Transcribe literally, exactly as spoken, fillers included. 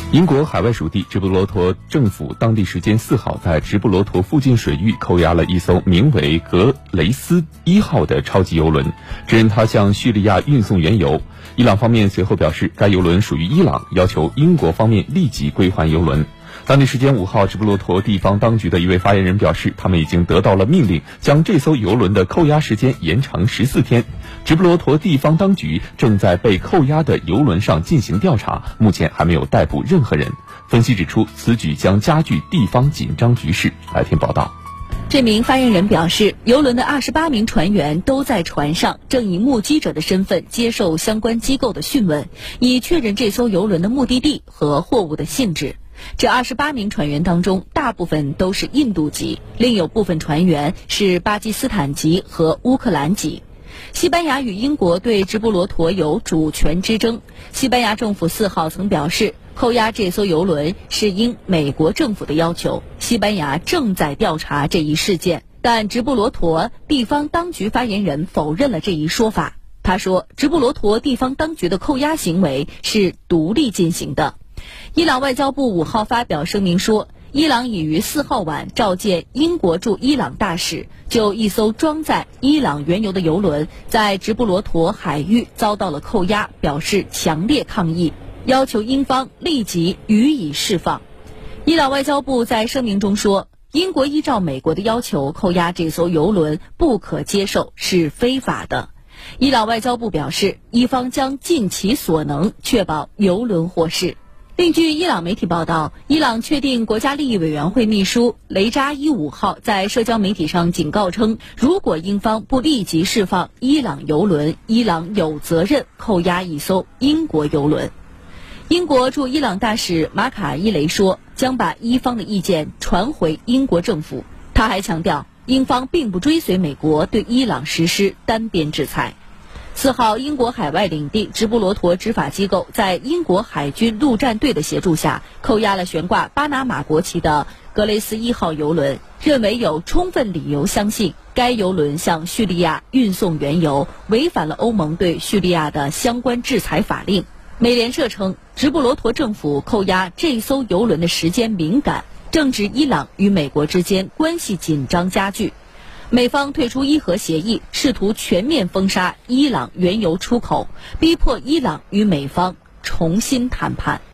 英国海外属地直布罗陀政府当地时间四号在直布罗陀附近水域扣押了一艘名为格雷斯一号的超级油轮，指认它向叙利亚运送原油。伊朗方面随后表示，该油轮属于伊朗，要求英国方面立即归还油轮。当地时间五号，直布罗陀地方当局的一位发言人表示，他们已经得到了命令，将这艘油轮的扣押时间延长十四天。直布罗陀地方当局正在被扣押的油轮上进行调查，目前还没有逮捕任何人。分析指出，此举将加剧地方紧张局势。来听报道。 这名发言人表示，邮轮的二十八名船员都在船上，正以目击者的身份接受相关机构的讯问，以确认这艘邮轮的目的地和货物的性质。这二十八名船员当中，大部分都是印度籍，另有部分船员是巴基斯坦籍和乌克兰籍。西班牙与英国对直布罗陀有主权之争。西班牙政府四号曾表示，扣押这艘邮轮是因美国政府的要求，西班牙正在调查这一事件，但直布罗陀地方当局发言人否认了这一说法。他说，直布罗陀地方当局的扣押行为是独立进行的。伊朗外交部五号发表声明说，伊朗已于四号晚召见英国驻伊朗大使，就一艘装载伊朗原油的油轮在直布罗陀海域遭到了扣押表示强烈抗议，要求英方立即予以释放。伊朗外交部在声明中说，英国依照美国的要求扣押这艘油轮不可接受，是非法的。伊朗外交部表示，伊方将尽其所能确保油轮获释。另据伊朗媒体报道，伊朗确定国家利益委员会秘书雷扎伊五号在社交媒体上警告称，如果英方不立即释放伊朗油轮，伊朗有责任扣押一艘英国油轮。英国驻伊朗大使马卡伊雷说，将把伊方的意见传回英国政府。他还强调，英方并不追随美国对伊朗实施单边制裁。四号，英国海外领地直布罗陀执法机构在英国海军陆战队的协助下，扣押了悬挂巴拿马国旗的格雷斯一号油轮，认为有充分理由相信该油轮向叙利亚运送原油，违反了欧盟对叙利亚的相关制裁法令。美联社称，直布罗陀政府扣押这艘油轮的时间敏感，正值伊朗与美国之间关系紧张加剧。美方退出伊核协议，试图全面封杀伊朗原油出口，逼迫伊朗与美方重新谈判。